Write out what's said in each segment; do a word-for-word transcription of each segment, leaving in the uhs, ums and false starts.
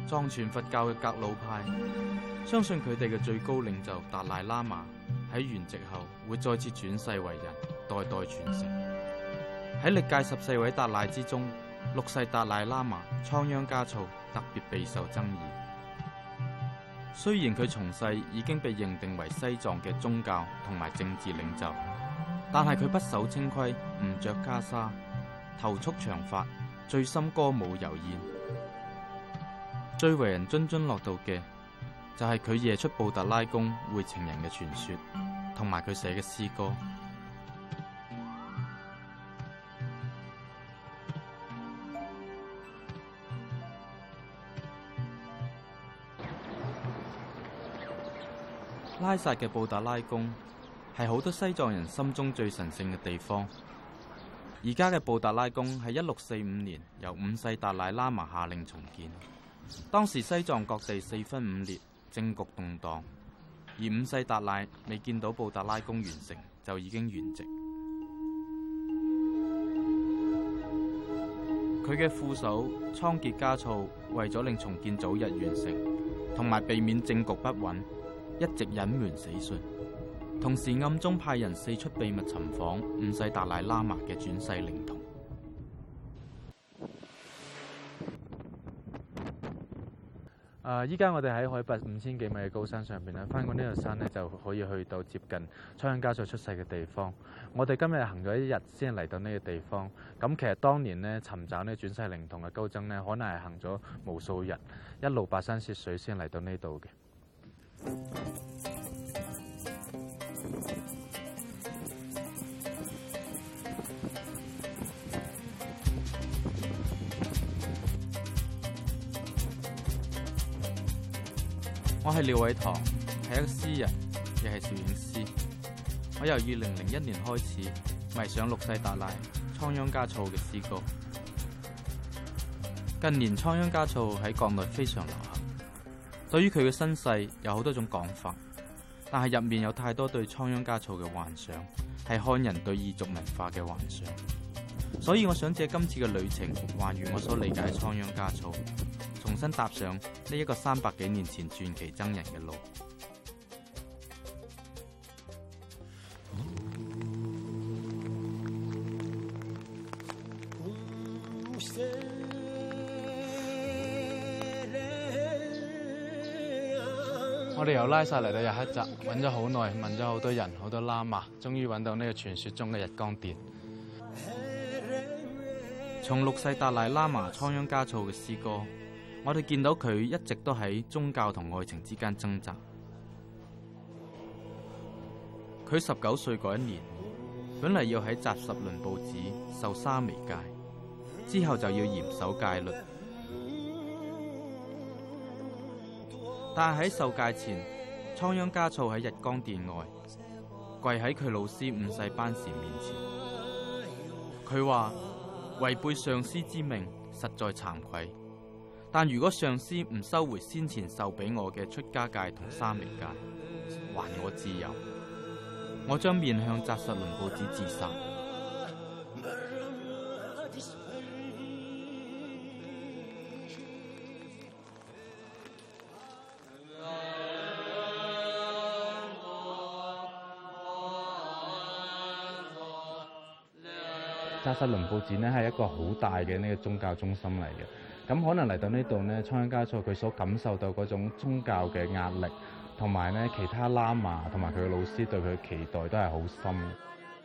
藏傳佛教嘅格魯派相信佢哋嘅最高領袖達賴喇嘛喺圓寂後會再次轉世為人，代代傳承。喺歷屆十四位達賴之中，六世達賴喇嘛倉央嘉措特別備受爭議。雖然佢從細已經被認定為西藏嘅宗教同埋政治領袖，但係佢不守清規，唔着袈裟，頭束長髮，醉心歌舞遊宴。最為人津津樂道嘅就係佢夜出布達拉宮會情人嘅傳說，同埋佢寫嘅詩歌。拉薩嘅布達拉宮係好多西藏人心中最神聖嘅地方。而家嘅布達拉宮係一六四五年由五世達賴喇嘛下令重建。當時西藏各地四分五裂，政局動盪，而五世達賴未見到布達拉宮完成就已經圓寂。佢嘅副手倉傑嘉措為咗令重建早日完成，同埋避免政局不穩，一直隱瞞死訊，同時暗中派人四出秘密尋訪五世達賴喇嘛嘅轉世靈童。 誒，依家我哋喺海拔五千幾米嘅高山上邊咧，翻過呢條山咧就可以去到接近倉央嘉措出世嘅地方。我哋今日行咗一日先嚟到呢個地方。咁其實當年咧尋找呢轉世靈童嘅高僧咧，可能係行咗無數日，一路跋山涉水先嚟到呢度嘅。 我係廖偉棠，係一個詩人，亦係攝影師。我由二零零一年開始迷上六世達賴倉央嘉措嘅詩歌。近年倉央嘉措喺國內非常流行。對於佢嘅身世有好多種講法，但係入面有太多對倉央嘉措嘅幻想，係漢人對異族文化嘅幻想。所以我想借今次嘅旅程，還原我所理解嘅倉央嘉措，重新踏上呢一個三百幾年前傳奇僧人嘅路。 我哋由拉薩嚟到日喀則，揾咗好耐，問咗好多人、好多喇嘛，終於揾到呢個傳說中嘅日光殿。 從六世達賴喇嘛倉央嘉措嘅詩歌，我哋見到佢一直都喺宗教同愛情之間掙扎。佢十九歲嗰一年，本嚟要喺扎什倫布寺受沙彌戒，之後就要嚴守戒律。但係喺受戒前，倉央嘉措喺日光殿外跪喺佢老師五世班禪面前，佢話違背上師之命，實在慚愧。但如果上師唔收回先前授俾我嘅出家戒同沙彌戒，還我自由，我將面向扎什倫布寺自殺。 扎什倫布寺呢係一個好大嘅呢個宗教中心嚟嘅，咁可能嚟到呢度呢，倉央嘉措佢所感受到嗰種宗教嘅壓力，同埋呢其他喇嘛同埋佢嘅老師對佢嘅期待都係好深嘅。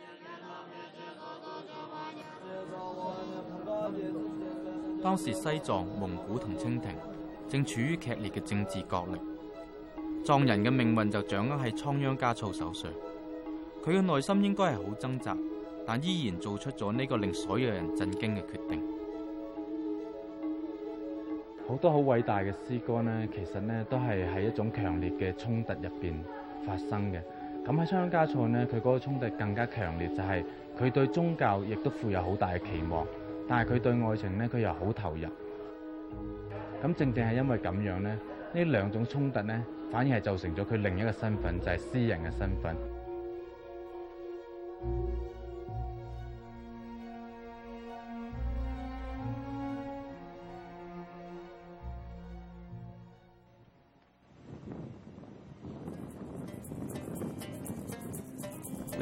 當時西藏、蒙古同清廷正處於劇烈嘅政治角力，藏人嘅命運就掌握喺倉央嘉措手上。佢嘅內心應該係好掙扎，但依然做出咗呢個令所有人震驚嘅決定。 好多好偉大嘅詩歌呢，其實呢都係喺一種強烈嘅衝突入邊發生嘅。咁喺倉央嘉措呢，佢嗰個衝突更加強烈，就係佢對宗教亦都負有好大嘅期望，但係佢對愛情呢，佢又好投入。咁正正係因為咁樣呢，呢兩種衝突呢，反而係造成咗佢另一個身份，就係詩人嘅身份。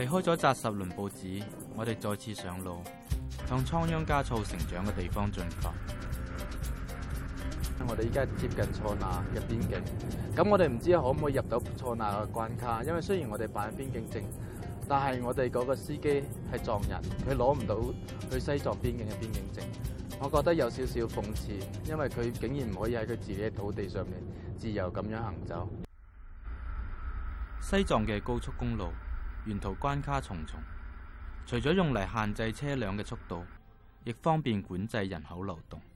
離開咗扎什倫布寺，我哋再次上路，向倉央嘉措成長嘅地方進發。 我哋依家接近錯那嘅邊境，咁我哋唔知可唔可以入到錯那嘅關卡，因為雖然我哋辦邊境證，但係我哋嗰個司機係藏人，佢攞唔到去西藏邊境嘅邊境證。我覺得有少少諷刺，因為佢竟然唔可以喺佢自己嘅土地上面自由咁樣行走。 西藏嘅高速公路沿途關卡重重，除咗用嚟限制車輛嘅速度，亦方便管制人口流動。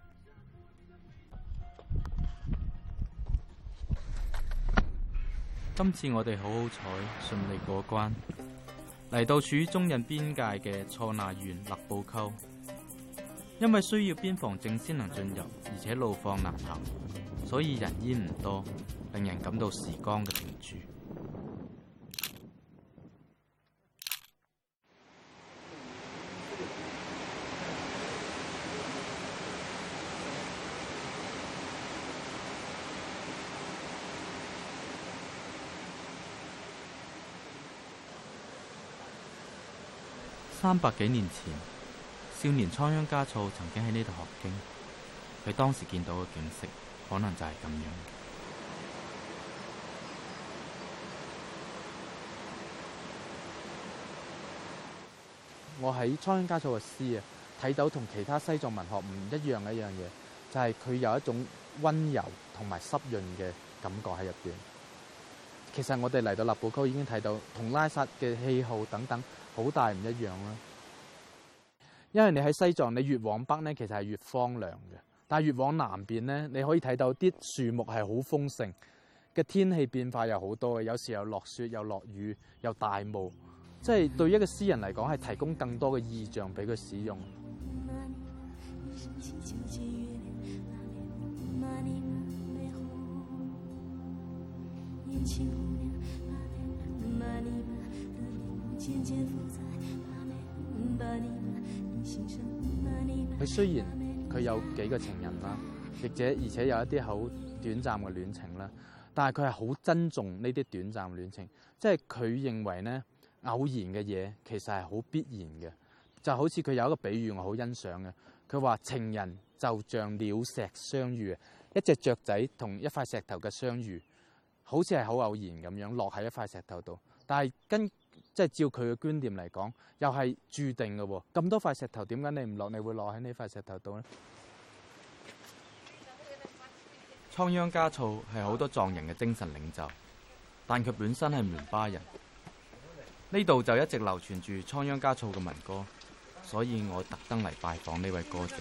今次我哋好好彩，順利過關，嚟到處於中印邊界嘅錯那縣勒布溝。因為需要邊防證先能進入，而且路況難行，所以人煙唔多，令人感到時光嘅停駐。三百幾年前，少年倉央嘉措曾經喺呢度學經，佢當時見到嘅景色，可能就係咁樣。 我喺倉央嘉措嘅詩啊，睇到同其他西藏文學唔一樣嘅一樣嘢，就係佢有一種溫柔同埋濕潤嘅感覺喺入邊。其實我哋嚟到勒布溝已經睇到，同拉薩嘅氣候等等好大唔一樣啦。因為你喺西藏，你越往北咧，其實係越荒涼嘅；但係越往南邊咧，你可以睇到啲樹木係好豐盛嘅，天氣變化又好多嘅，有時又落雪又落雨又大霧，即係對一個詩人嚟講係提供更多嘅意象俾佢使用。佢雖然佢有幾個情人啦，亦者而且有一啲好短暫嘅戀情啦，但係佢係好珍重呢啲短暫戀情，即係佢認為呢偶然嘅嘢其實係好必然嘅，就好似佢有一個比喻我好欣賞嘅，佢話情人就像鳥石相遇，一隻雀仔同一塊石頭嘅相遇，好似係好偶然咁樣落喺一塊石頭度，但係跟即係照佢嘅觀念嚟講，又係注定嘅喎。咁多塊石頭，點解你唔落？你會落喺呢塊石頭度呢？ 倉央嘉措係好多藏人嘅精神領袖，但佢本身係棉巴人。呢度就一直流傳住倉央嘉措嘅民歌，所以我特登嚟拜訪呢位歌者。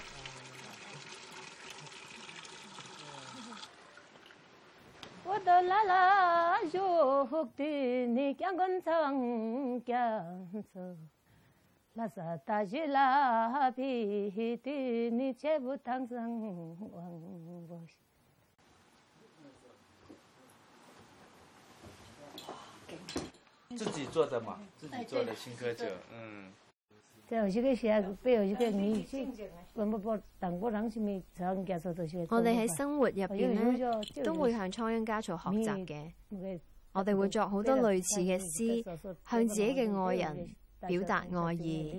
自己做的嘛，自己做的青稞酒，嗯。 我哋喺生活入邊咧，都會向倉央嘉措學習嘅。我哋會作好多類似嘅詩，向自己嘅愛人表達愛意。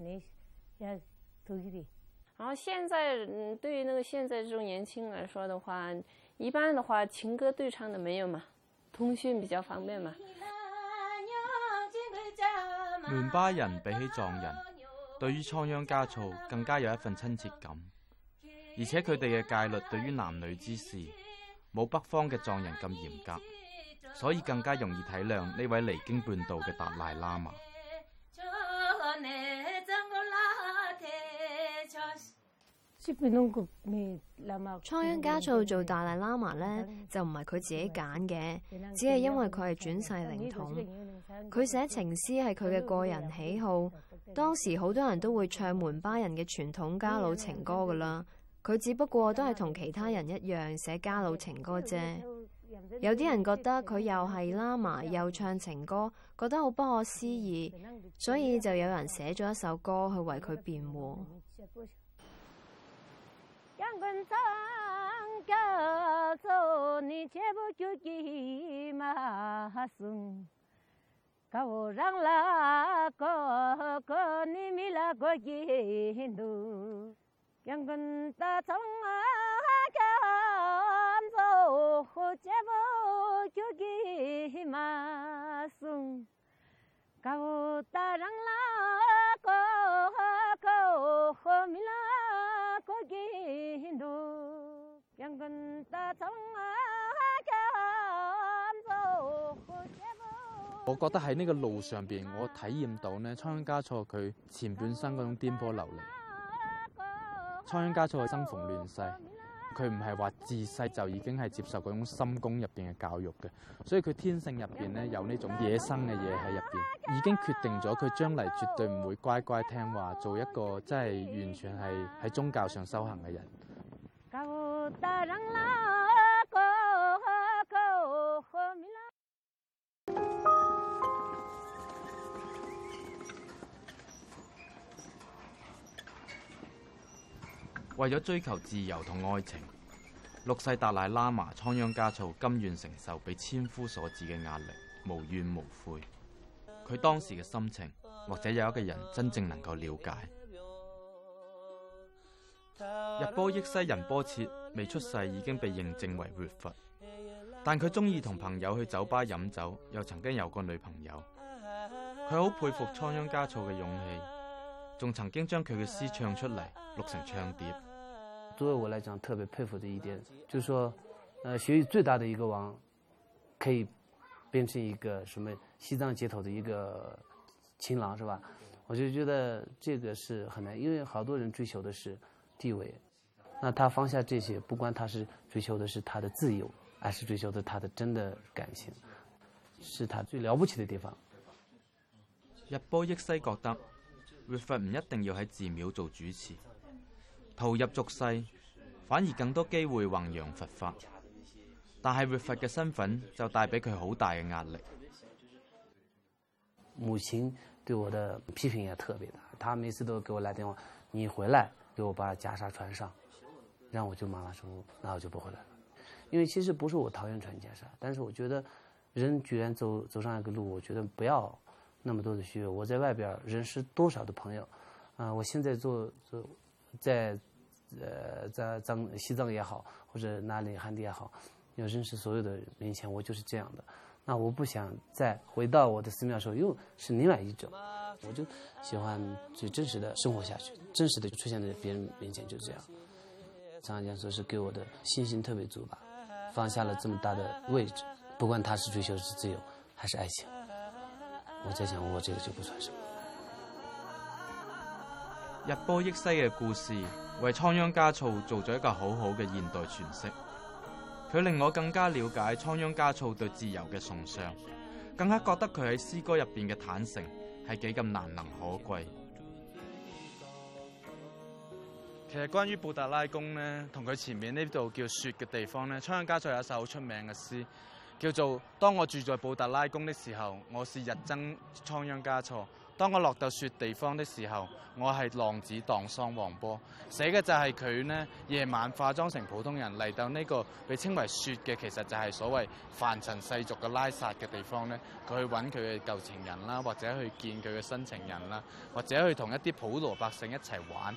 然後現在，嗯，對於那個現在這種年輕來說的話，一般的話情歌對唱的沒有嘛，通訊比較方便嘛。 棉巴人比起藏人，對於倉央嘉措更加有一份親切感，而且佢哋嘅戒律對於男女之事冇北方嘅藏人咁嚴格，所以更加容易體諒呢位離經叛道嘅達賴喇嘛。 倉央嘉措做達賴喇嘛呢，就唔係佢自己揀嘅，只係因為佢係轉世靈統。佢寫情詩係佢嘅個人喜好，當時好多人都會唱門巴人嘅傳統加魯情歌噶啦，佢只不過都係同其他人一樣寫加魯情歌啫。有啲人覺得佢又係喇嘛又唱情歌，覺得好不可思議，所以就有人寫咗一首歌去為佢辯護。 我覺得喺呢個路上邊，我體驗到呢倉央嘉措佢前半生嗰種顛簸流離。倉央嘉措係生逢亂世，佢唔係話自細就已經係接受嗰種深宮入邊嘅教育嘅，所以佢天性入邊呢有呢種野生嘅嘢喺入邊，已經決定咗佢將嚟絕對唔會乖乖聽話，做一個真係完全係喺宗教上修行嘅人。 為咗追求自由同愛情，六世達賴喇嘛倉央嘉措甘願承受被千夫所指嘅壓力，無怨無悔。佢當時嘅心情，或者有一個人真正能夠了解。日波益西仁波切未出世已經被認證為活佛，但佢中意同朋友去酒吧飲酒，又曾經有過女朋友。佢好佩服倉央嘉措嘅勇氣，仲曾經將佢嘅詩唱出嚟，錄成唱碟。 作為我來講，特別佩服的一點，就是說，呃，學習最大的一個王，可以變成一個什麼西藏街頭的一個情郎，是吧？我就覺得這個是很難，因為好多人追求的是地位，那他放下這些，不管他是追求的是他的自由，還是追求的他的真的感情，是他最了不起的地方。 日波益西覺得，活佛唔一定要喺寺廟做主持，逃入俗世，反而更多機會弘揚佛法。但係活佛嘅身份就帶俾佢好大嘅壓力。 母親對我的批評也特別大，她每次都給我來電話，你回來給我把袈裟穿上，讓我就媽媽說，那我就不回來了。因為其實不是我討厭穿袈裟，但是我覺得人居然走走上一個路，我覺得不要那麼多的虛偽。我在外邊認識多少的朋友，啊、呃，我現在做做在，呃，在藏西藏也好，或者哪裡漢地也好，要認識所有的人面前，我就是這樣的。那我不想再回到我的寺廟的時候又是另外一種，我就喜歡最真實的生活下去，真實的出現在別人面前，就這樣。倉央嘉措是給我的信心特別足吧，放下了這麼大的位置，不管他是追求的是自由還是愛情，我在想我這個就不算什麼。 日波益西嘅故事為倉央嘉措做咗一個好好嘅現代詮釋。佢令我更加了解倉央嘉措對自由嘅崇尚，更加覺得佢喺詩歌入邊嘅坦誠係幾咁難能可貴。其實關於布達拉宮呢，同佢前面呢度叫雪嘅地方呢，倉央嘉措有一首好出名嘅詩，叫做《當我住在布達拉宮的時候，我是日僧倉央嘉措；當我落到雪地方的時候，我係浪子蕩桑黃波。寫嘅就係佢呢夜晚化妝成普通人嚟到呢個被稱為雪嘅，其實就係所謂凡塵世俗嘅拉薩嘅地方呢，佢去揾佢嘅舊情人啦，或者去見佢嘅新情人啦，或者去同一啲普羅百姓一齊玩。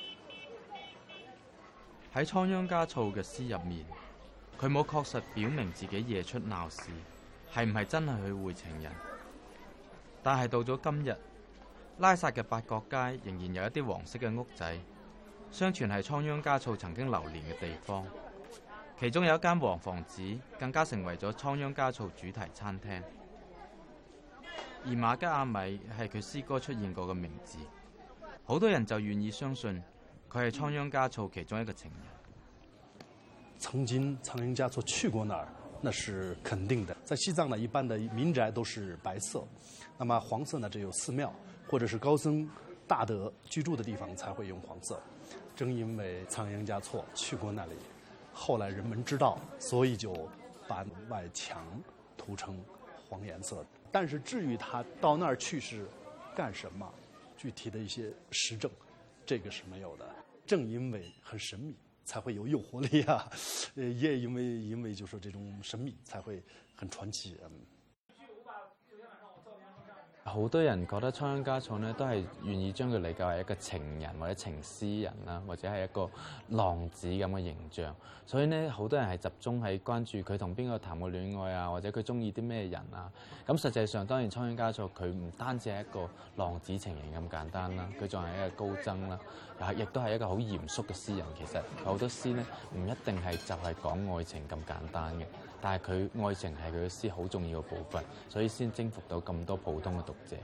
喺倉央嘉措嘅詩入面，佢冇確實表明自己夜出鬧市係唔係真係去會情人，但係到咗今日，拉薩嘅八角街仍然有一啲黃色嘅屋仔，相傳係倉央嘉措曾經流連嘅地方。其中有一間黃房子更加成為咗倉央嘉措主題餐廳。而瑪吉阿米係佢詩歌出現過嘅名字，好多人就願意相信佢係倉央嘉措其中一個情人。 曾經倉央嘉措去過那兒，那是肯定的。在西藏呢，一般的民宅都是白色，那麼黃色呢，只有寺廟或者是高僧大德居住的地方才會用黃色。正因為倉央嘉措去過那裡，後來人們知道，所以就把外牆塗成黃顏色。但是至於他到那兒去是幹什麼，具體的一些實證，這個是沒有的。正因為很神秘，才會有誘惑力啊！也因為因為就說這種神秘，才會很傳奇。嗯。 好多人覺得倉央嘉措咧都係願意將佢理解為一個情人或者情詩人啦，或者係一個浪子咁嘅形象。所以咧，好多人係集中喺關注佢同邊個談過戀愛啊，或者佢中意啲咩人啊。咁實際上，當然倉央嘉措佢唔單止係一個浪子情人咁簡單啦，佢仲係一個高僧啦，亦都係一個好嚴肅嘅詩人。其實好多詩咧唔一定係就係講愛情咁簡單嘅。但係佢愛情係佢嘅詩好重要嘅部分，所以先征服到咁多普通嘅讀者。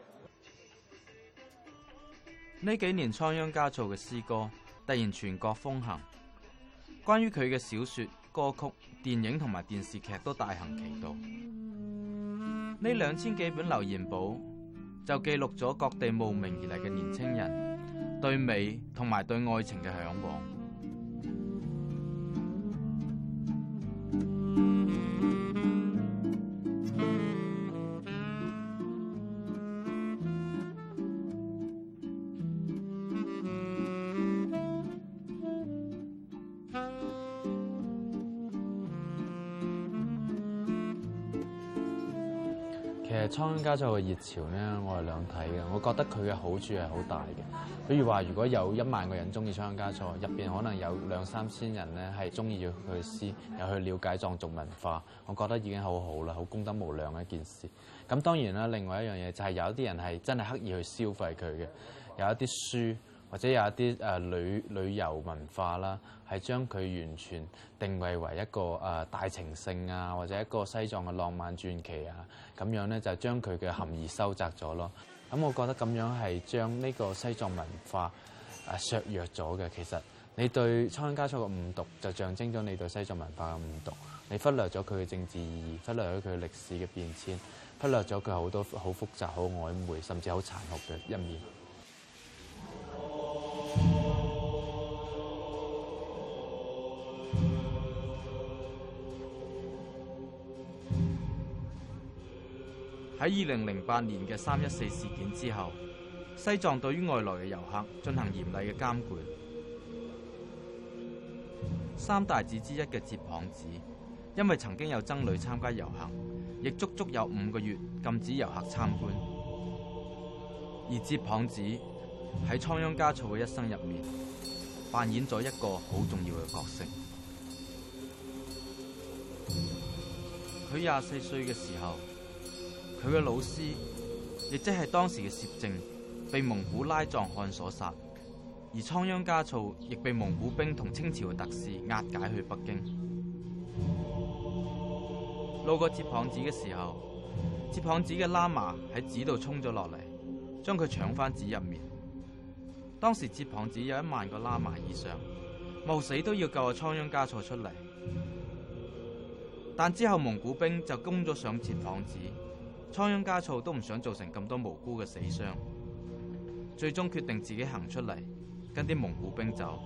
呢幾年倉央嘉措嘅詩歌突然全國風行，關於佢嘅小説、歌曲、電影同埋電視劇都大行其道。呢兩千幾本留言簿就記錄咗各地慕名而嚟嘅年輕人對美同埋對愛情嘅嚮往。 其實倉央嘉措嘅熱潮咧，我係兩睇嘅。我覺得佢嘅好處係好大嘅。比如話，如果有一萬個人中意倉央嘉措，入邊可能有兩三千人咧係中意佢嘅詩，又去了解藏族文化，我覺得已經好好啦，好功德無量嘅一件事。咁當然啦，另外一樣嘢就係有一啲人係真係刻意去消費佢嘅，有一啲書或者有一啲誒、呃、旅旅遊文化啦，係將佢完全定位為一個誒、呃、大情聖啊，或者一個西藏嘅浪漫傳奇啊，咁樣咧就將佢嘅含義收窄咗咯。咁我覺得咁樣係將呢個西藏文化誒削弱咗嘅。其實你對倉央嘉措嘅誤讀，就象徵咗你對西藏文化嘅誤讀。你忽略咗佢嘅政治意義，忽略咗佢歷史嘅變遷，忽略咗佢好多好複雜、好曖昧，甚至好殘酷嘅一面。 喺二零零八年嘅三一四事件之後，西藏對於外來嘅遊客進行嚴厲嘅監管。三大寺之一嘅哲蚌寺，因為曾經有僧侶參加遊行，亦足足有五個月禁止遊客參觀。而哲蚌寺喺倉央嘉措嘅一生入面，扮演咗一個好重要嘅角色。佢廿四歲嘅時候，佢嘅老師，亦即係當時嘅攝政，被蒙古拉藏漢所殺，而倉央嘉措亦被蒙古兵同清朝嘅特使押解去北京。路過哲蚌寺嘅時候，哲蚌寺嘅喇嘛喺寺度衝咗落嚟，將佢搶返寺入面。當時哲蚌寺有一萬個喇嘛以上，冒死都要救阿倉央嘉措出嚟，但之後蒙古兵就攻咗上哲蚌寺。倉央嘉措都唔想造成咁多無辜嘅死傷，最終決定自己行出嚟，跟啲蒙古兵走。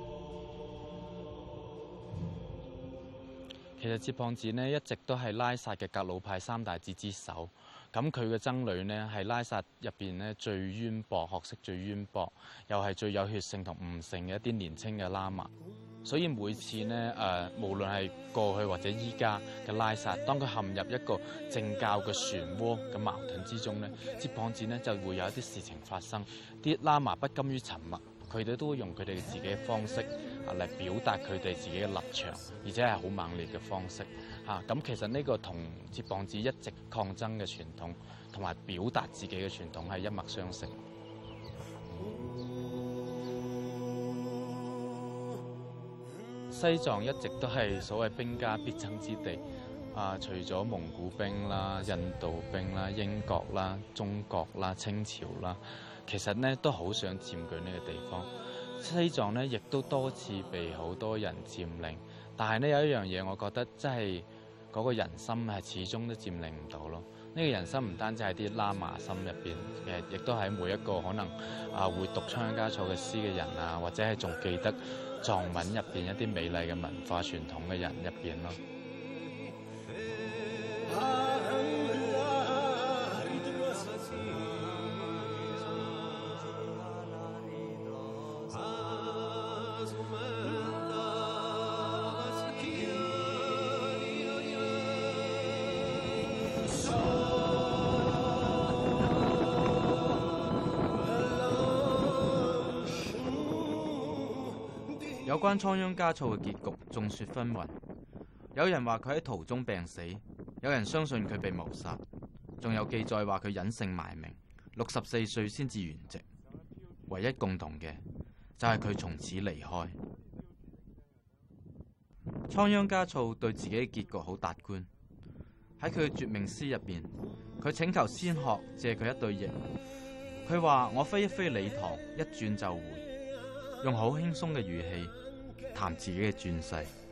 其實哲蚌寺呢一直都係拉薩嘅格魯派三大寺之首。咁佢嘅僧侶呢係拉薩入邊呢最淵博、學識最淵博，又係最有血性同悟性嘅一啲年輕嘅喇嘛。所以每次呢，誒、呃，無論係過去或者依家嘅拉薩，當佢陷入一個政教嘅漩渦嘅矛盾之中呢，哲蚌寺呢就會有一啲事情發生。啲喇嘛不甘於沉默，佢哋都會用佢哋自己嘅方式啊嚟表達佢哋自己嘅立場，而且係好猛烈嘅方式嚇。咁、啊、其實呢個同哲蚌寺一直抗爭嘅傳統，同埋表達自己嘅傳統係一脈相承。西藏一直都係所謂兵家必爭之地，啊，除咗蒙古兵啦、印度兵啦、英國啦、中國啦、清朝啦，其實呢都好想佔據呢個地方。西藏呢亦都多次被好多人佔領，但係呢有一樣嘢，我覺得真係嗰個人心係始終都佔領唔到咯。呢個人心唔單止係啲喇嘛心入邊，誒，亦都喺每一個可能啊會讀倉央嘉措嘅詩嘅人啊，或者係仲記得藏文入邊一啲美麗嘅文化傳統嘅人入邊咯。 有關倉央嘉措嘅結局眾說紛紜，有人話佢喺途中病死，有人相信佢被謀殺，仲有記載話佢隱姓埋名，六十四歲先至圓寂。唯一共同嘅就係佢從此離開。倉央嘉措對自己嘅結局好達觀，喺佢嘅絕命詩入邊，佢請求仙鶴借佢一對翼，佢話我飛一飛理塘，一轉就回，用好輕鬆嘅語氣談自己嘅轉世。